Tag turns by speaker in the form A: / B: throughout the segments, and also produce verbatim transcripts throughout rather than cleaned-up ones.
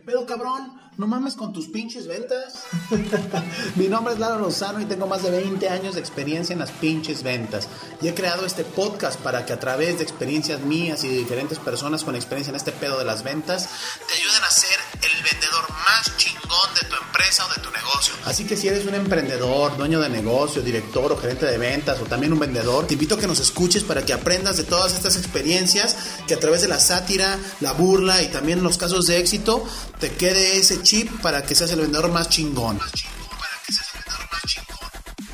A: pedo, cabrón? No mames con tus pinches ventas. Mi nombre es Lalo Lozano y tengo más de veinte años de experiencia en las pinches ventas. Y he creado este podcast para que a través de experiencias mías y de diferentes personas con experiencia en este pedo de las ventas, te ayuden a ser el vendedor más chingón de tu empresa o de tu negocio. Así que si eres un emprendedor, dueño de negocio, director o gerente de ventas o también un vendedor, te invito a que nos escuches para que aprendas de todas estas experiencias, que a través de la sátira, la burla y también los casos de éxito te quede ese chip para que seas el vendedor más chingón. Más chingón para que seas el vendedor más chingón.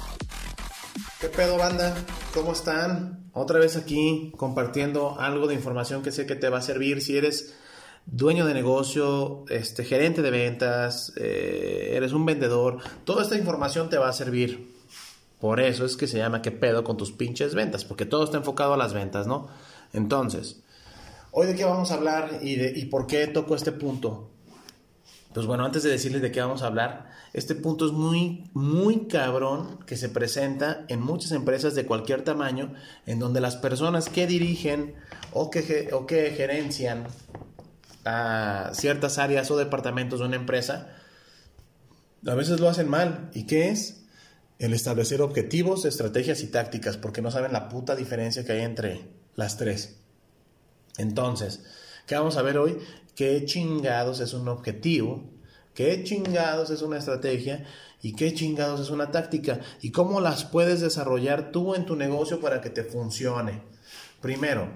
A: ¿Qué pedo, banda? ¿Cómo están? Otra vez aquí compartiendo algo de información que sé que te va a servir si eres dueño de negocio, este, gerente de ventas, eh, eres un vendedor. Toda esta información te va a servir. Por eso es que se llama ¿Qué pedo con tus pinches ventas? Porque todo está enfocado a las ventas, ¿no? Entonces, ¿hoy de qué vamos a hablar y, de, y por qué toco este punto? Pues bueno, antes de decirles de qué vamos a hablar, este punto es muy, muy cabrón que se presenta en muchas empresas de cualquier tamaño, en donde las personas que dirigen o que, o que gerencian a ciertas áreas o departamentos de una empresa, a veces lo hacen mal. ¿Y qué es? El establecer objetivos, estrategias y tácticas, porque no saben la puta diferencia que hay entre las tres. Entonces, ¿qué vamos a ver hoy? ¿Qué chingados es un objetivo? ¿Qué chingados es una estrategia? ¿Y qué chingados es una táctica? ¿Y cómo las puedes desarrollar tú en tu negocio para que te funcione? Primero,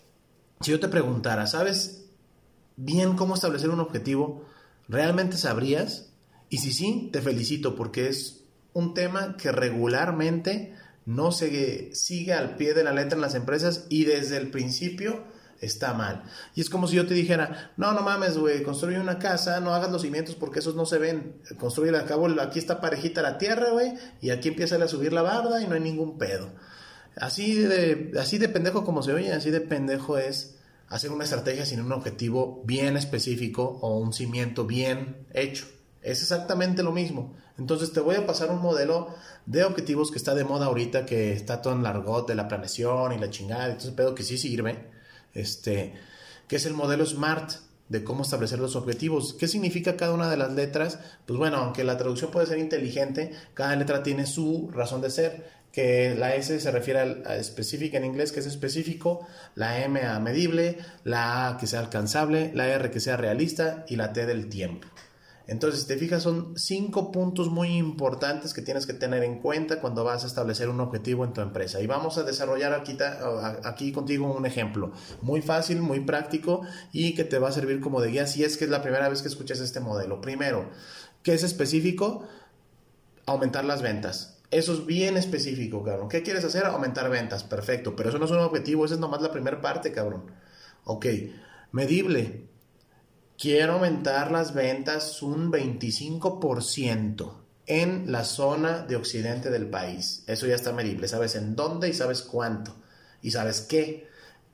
A: si yo te preguntara, ¿sabes bien cómo establecer un objetivo? ¿Realmente sabrías? Y si sí, te felicito, porque es un tema que regularmente no se sigue al pie de la letra en las empresas y desde el principio está mal. Y es como si yo te dijera, no, no mames, güey, construye una casa, no hagas los cimientos porque esos no se ven. Construye al cabo, aquí está parejita la tierra, güey, y aquí empieza a subir la barda y no hay ningún pedo. Así de, así de pendejo como se oye, así de pendejo es hacer una estrategia sin un objetivo bien específico o un cimiento bien hecho. Es exactamente lo mismo. Entonces te voy a pasar un modelo de objetivos que está de moda ahorita, que está todo en el argot de la planeación y la chingada, entonces pedo que sí sirve, este, que es el modelo SMART de cómo establecer los objetivos. ¿Qué significa cada una de las letras? Pues bueno, aunque la traducción puede ser inteligente, cada letra tiene su razón de ser, que la S se refiere a específica en inglés, que es específico, la M a medible, la A que sea alcanzable, la R que sea realista y la T del tiempo. Entonces, si te fijas, son cinco puntos muy importantes que tienes que tener en cuenta cuando vas a establecer un objetivo en tu empresa. Y vamos a desarrollar aquí, aquí contigo un ejemplo muy fácil, muy práctico y que te va a servir como de guía si es que es la primera vez que escuchas este modelo. Primero, ¿qué es específico? Aumentar las ventas. Eso es bien específico, cabrón. ¿Qué quieres hacer? Aumentar ventas. Perfecto, pero eso no es un objetivo, esa es nomás la primera parte, cabrón. Ok, medible. Quiero aumentar las ventas un veinticinco por ciento en la zona de occidente del país. Eso ya está medible. Sabes en dónde y sabes cuánto. Y sabes qué.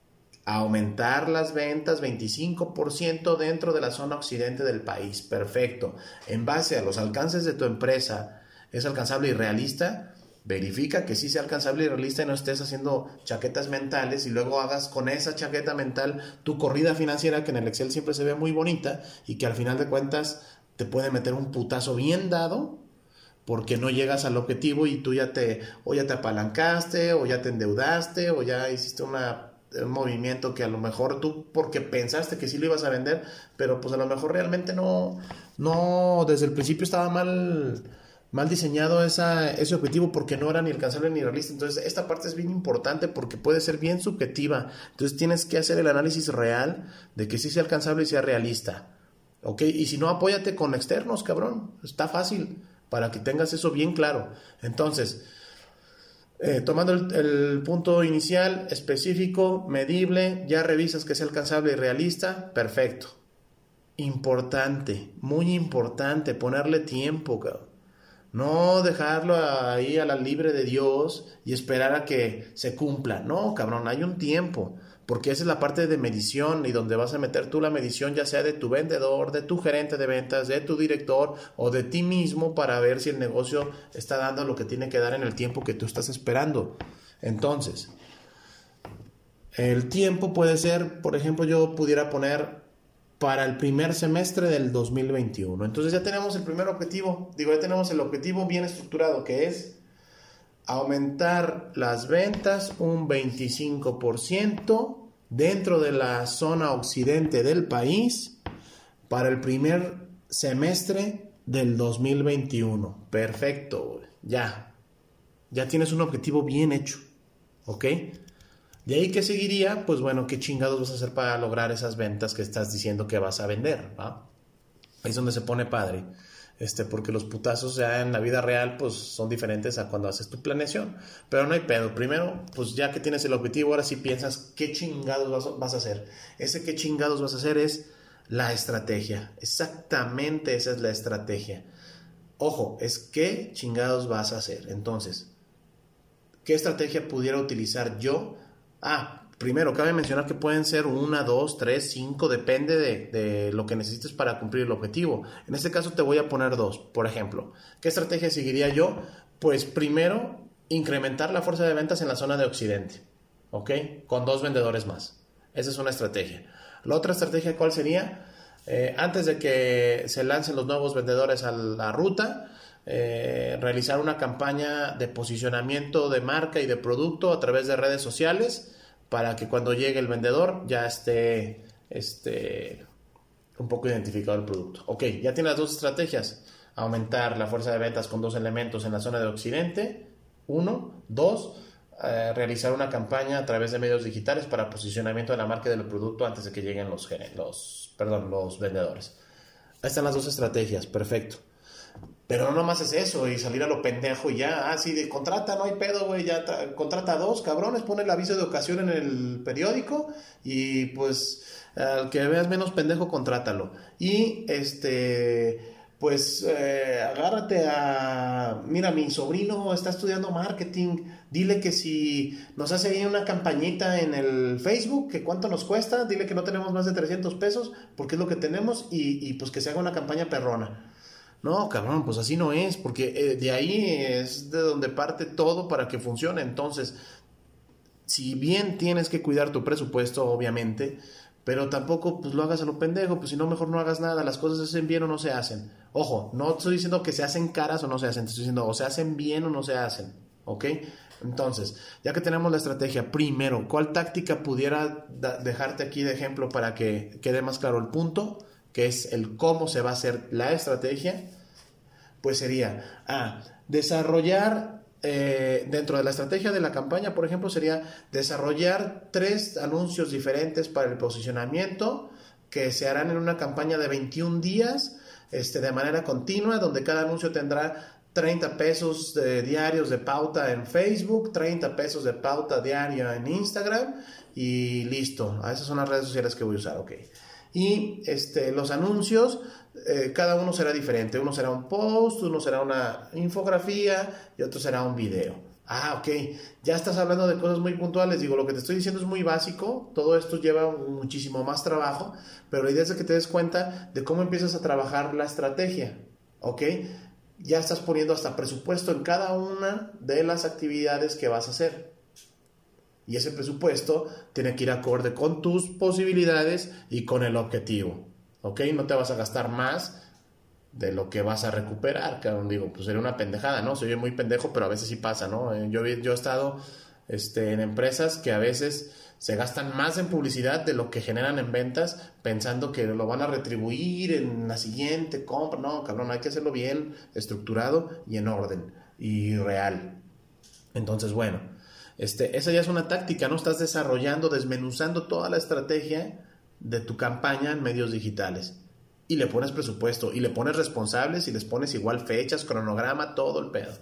A: Aumentar las ventas veinticinco por ciento dentro de la zona occidente del país. Perfecto. En base a los alcances de tu empresa, ¿es alcanzable y realista? Verifica que sí sea alcanzable y realista y no estés haciendo chaquetas mentales y luego hagas con esa chaqueta mental tu corrida financiera, que en el Excel siempre se ve muy bonita y que al final de cuentas te puede meter un putazo bien dado porque no llegas al objetivo y tú ya te, o ya te apalancaste, o ya te endeudaste, o ya hiciste una, un movimiento que a lo mejor tú porque pensaste que sí lo ibas a vender, pero pues a lo mejor realmente no, no desde el principio estaba mal... mal diseñado esa, ese objetivo porque no era ni alcanzable ni realista. Entonces esta parte es bien importante porque puede ser bien subjetiva. Entonces tienes que hacer el análisis real de que sí sea alcanzable y sea realista, ¿ok? Y si no, apóyate con externos, cabrón. Está fácil para que tengas eso bien claro. Entonces, eh, tomando el, el punto inicial, específico, medible, ya revisas que sea alcanzable y realista, perfecto. Importante, muy importante, ponerle tiempo, cabrón. No dejarlo ahí a la libre de Dios y esperar a que se cumpla. No, cabrón, hay un tiempo. Porque esa es la parte de medición y donde vas a meter tú la medición, ya sea de tu vendedor, de tu gerente de ventas, de tu director o de ti mismo para ver si el negocio está dando lo que tiene que dar en el tiempo que tú estás esperando. Entonces, el tiempo puede ser, por ejemplo, yo pudiera poner para el primer semestre del dos mil veintiuno. Entonces ya tenemos el primer objetivo, digo, ya tenemos el objetivo bien estructurado, que es aumentar las ventas un veinticinco por ciento dentro de la zona occidente del país para el primer semestre del dos mil veintiuno. Perfecto, ya. Ya tienes un objetivo bien hecho, ¿ok? De ahí, ¿qué seguiría? Pues bueno, ¿qué chingados vas a hacer para lograr esas ventas que estás diciendo que vas a vender? ¿Va? Ahí es donde se pone padre. Este, porque los putazos ya en la vida real pues son diferentes a cuando haces tu planeación, pero no hay pedo. Primero, pues ya que tienes el objetivo, ahora sí piensas qué chingados vas, vas a hacer. Ese qué chingados vas a hacer es la estrategia. Exactamente, esa es la estrategia. Ojo, es qué chingados vas a hacer. Entonces, ¿qué estrategia pudiera utilizar yo? Ah, primero, cabe mencionar que pueden ser una, dos, tres, cinco, depende de, de lo que necesites para cumplir el objetivo. En este caso te voy a poner dos. Por ejemplo, ¿qué estrategia seguiría yo? Pues primero, incrementar la fuerza de ventas en la zona de Occidente, ¿ok? Con dos vendedores más. Esa es una estrategia. La otra estrategia, ¿cuál sería? Eh, antes de que se lancen los nuevos vendedores a la ruta, eh, realizar una campaña de posicionamiento de marca y de producto a través de redes sociales, para que cuando llegue el vendedor ya esté este, un poco identificado el producto. Ok, ya tienes las dos estrategias. Aumentar la fuerza de ventas con dos elementos en la zona de Occidente. Uno. Dos, eh, realizar una campaña a través de medios digitales para posicionamiento de la marca y del producto antes de que lleguen los, los, perdón, los vendedores. Ahí están las dos estrategias, perfecto. Pero no nomás es eso y salir a lo pendejo y ya, ah, sí, de contrata, no hay pedo, güey, ya tra- contrata a dos cabrones, pone el aviso de ocasión en el periódico y pues al que veas menos pendejo, contrátalo. Y este, pues eh, agárrate a, mira, mi sobrino está estudiando marketing, dile que si nos hace ahí una campañita en el Facebook, que cuánto nos cuesta, dile que no tenemos más de trescientos pesos, porque es lo que tenemos y, y pues que se haga una campaña perrona. No, cabrón, pues así no es, porque eh, de ahí es de donde parte todo para que funcione. Entonces, si bien tienes que cuidar tu presupuesto, obviamente, pero tampoco pues lo hagas a lo pendejo, pues si no, mejor no hagas nada. Las cosas se hacen bien o no se hacen. Ojo, no estoy diciendo que se hacen caras o no se hacen, te estoy diciendo o se hacen bien o no se hacen, ¿ok? Entonces, ya que tenemos la estrategia, primero, ¿cuál táctica pudiera da- dejarte aquí de ejemplo para que quede más claro el punto? Que es el cómo se va a hacer la estrategia. Pues sería, ah, desarrollar, eh, dentro de la estrategia de la campaña, por ejemplo, sería desarrollar tres anuncios diferentes para el posicionamiento que se harán en una campaña de veintiún días, este, de manera continua, donde cada anuncio tendrá treinta pesos de, diarios de pauta en Facebook, treinta pesos de pauta diaria en Instagram y listo. Ah, esas son las redes sociales que voy a usar, ok. Y este, los anuncios, eh, cada uno será diferente. Uno será un post, uno será una infografía y otro será un video. Ah, ok. Ya estás hablando de cosas muy puntuales. Digo, lo que te estoy diciendo es muy básico. Todo esto lleva muchísimo más trabajo. Pero la idea es de que te des cuenta de cómo empiezas a trabajar la estrategia. ¿Ok? Ya estás poniendo hasta presupuesto en cada una de las actividades que vas a hacer. Y ese presupuesto tiene que ir acorde con tus posibilidades y con el objetivo, ¿ok? No te vas a gastar más de lo que vas a recuperar, cabrón. Digo, pues sería una pendejada, ¿no? Soy muy pendejo, pero a veces sí pasa, ¿no? Yo, yo he estado este, en empresas que a veces se gastan más en publicidad de lo que generan en ventas, pensando que lo van a retribuir en la siguiente compra. No, cabrón, hay que hacerlo bien, estructurado y en orden y real. Entonces, bueno, Este, esa ya es una táctica, ¿no? Estás desarrollando, desmenuzando toda la estrategia de tu campaña en medios digitales. Y le pones presupuesto, y le pones responsables, y les pones igual fechas, cronograma, todo el pedo.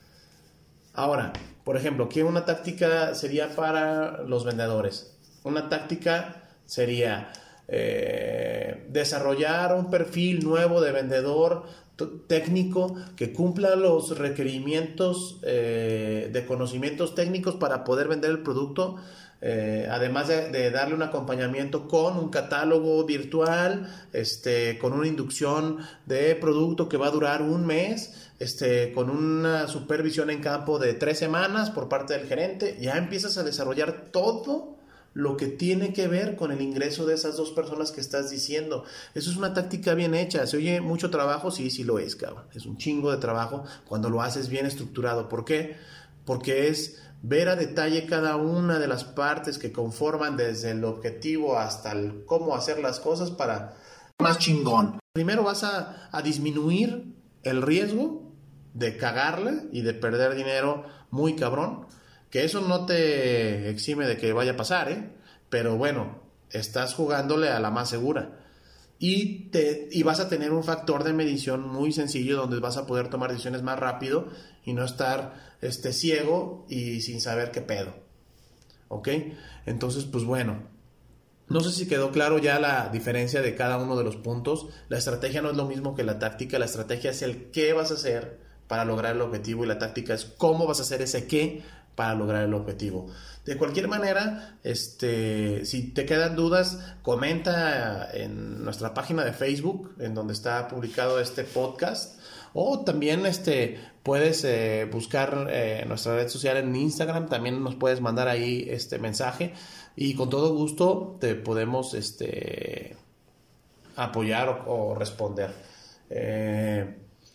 A: Ahora, por ejemplo, ¿qué una táctica sería para los vendedores? Una táctica sería eh, desarrollar un perfil nuevo de vendedor técnico que cumpla los requerimientos eh, de conocimientos técnicos para poder vender el producto, eh, además de, de darle un acompañamiento con un catálogo virtual, este, con una inducción de producto que va a durar un mes, este, con una supervisión en campo de tres semanas por parte del gerente. Ya empiezas a desarrollar todo lo que tiene que ver con el ingreso de esas dos personas que estás diciendo. Eso es una táctica bien hecha. ¿Se oye mucho trabajo? Sí, sí lo es, cabrón. Es un chingo de trabajo cuando lo haces bien estructurado. ¿Por qué? Porque es ver a detalle cada una de las partes que conforman desde el objetivo hasta el cómo hacer las cosas para más chingón. Primero vas a, a disminuir el riesgo de cagarle y de perder dinero muy cabrón. Que eso no te exime de que vaya a pasar, ¿eh? Pero bueno, estás jugándole a la más segura. Y, te, y vas a tener un factor de medición muy sencillo donde vas a poder tomar decisiones más rápido y no estar este, ciego y sin saber qué pedo. ¿Ok? Entonces, pues bueno, no sé si quedó claro ya la diferencia de cada uno de los puntos. La estrategia no es lo mismo que la táctica. La estrategia es el qué vas a hacer para lograr el objetivo y la táctica es cómo vas a hacer ese qué para lograr el objetivo. De cualquier manera, este, si te quedan dudas, comenta en nuestra página de Facebook, en donde está publicado este podcast, o también este, puedes eh, buscar eh, nuestra red social en Instagram, también nos puedes mandar ahí este mensaje y con todo gusto te podemos este, apoyar o, o responder. Eh,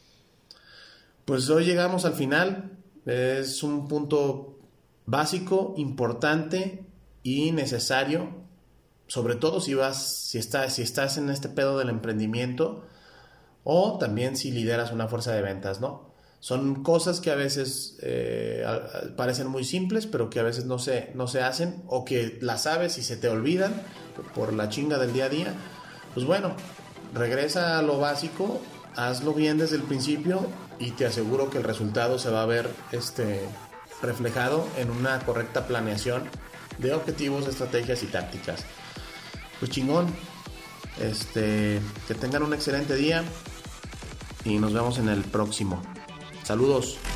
A: pues hoy llegamos al final. Es un punto básico, importante y necesario, sobre todo si vas, si estás, si estás en este pedo del emprendimiento o también si lideras una fuerza de ventas, ¿no? Son cosas que a veces eh, parecen muy simples, pero que a veces no se, no se hacen o que las sabes y se te olvidan por la chinga del día a día. Pues bueno, regresa a lo básico, hazlo bien desde el principio y te aseguro que el resultado se va a ver este, reflejado en una correcta planeación de objetivos, estrategias y tácticas. Pues chingón, este, que tengan un excelente día y nos vemos en el próximo. Saludos.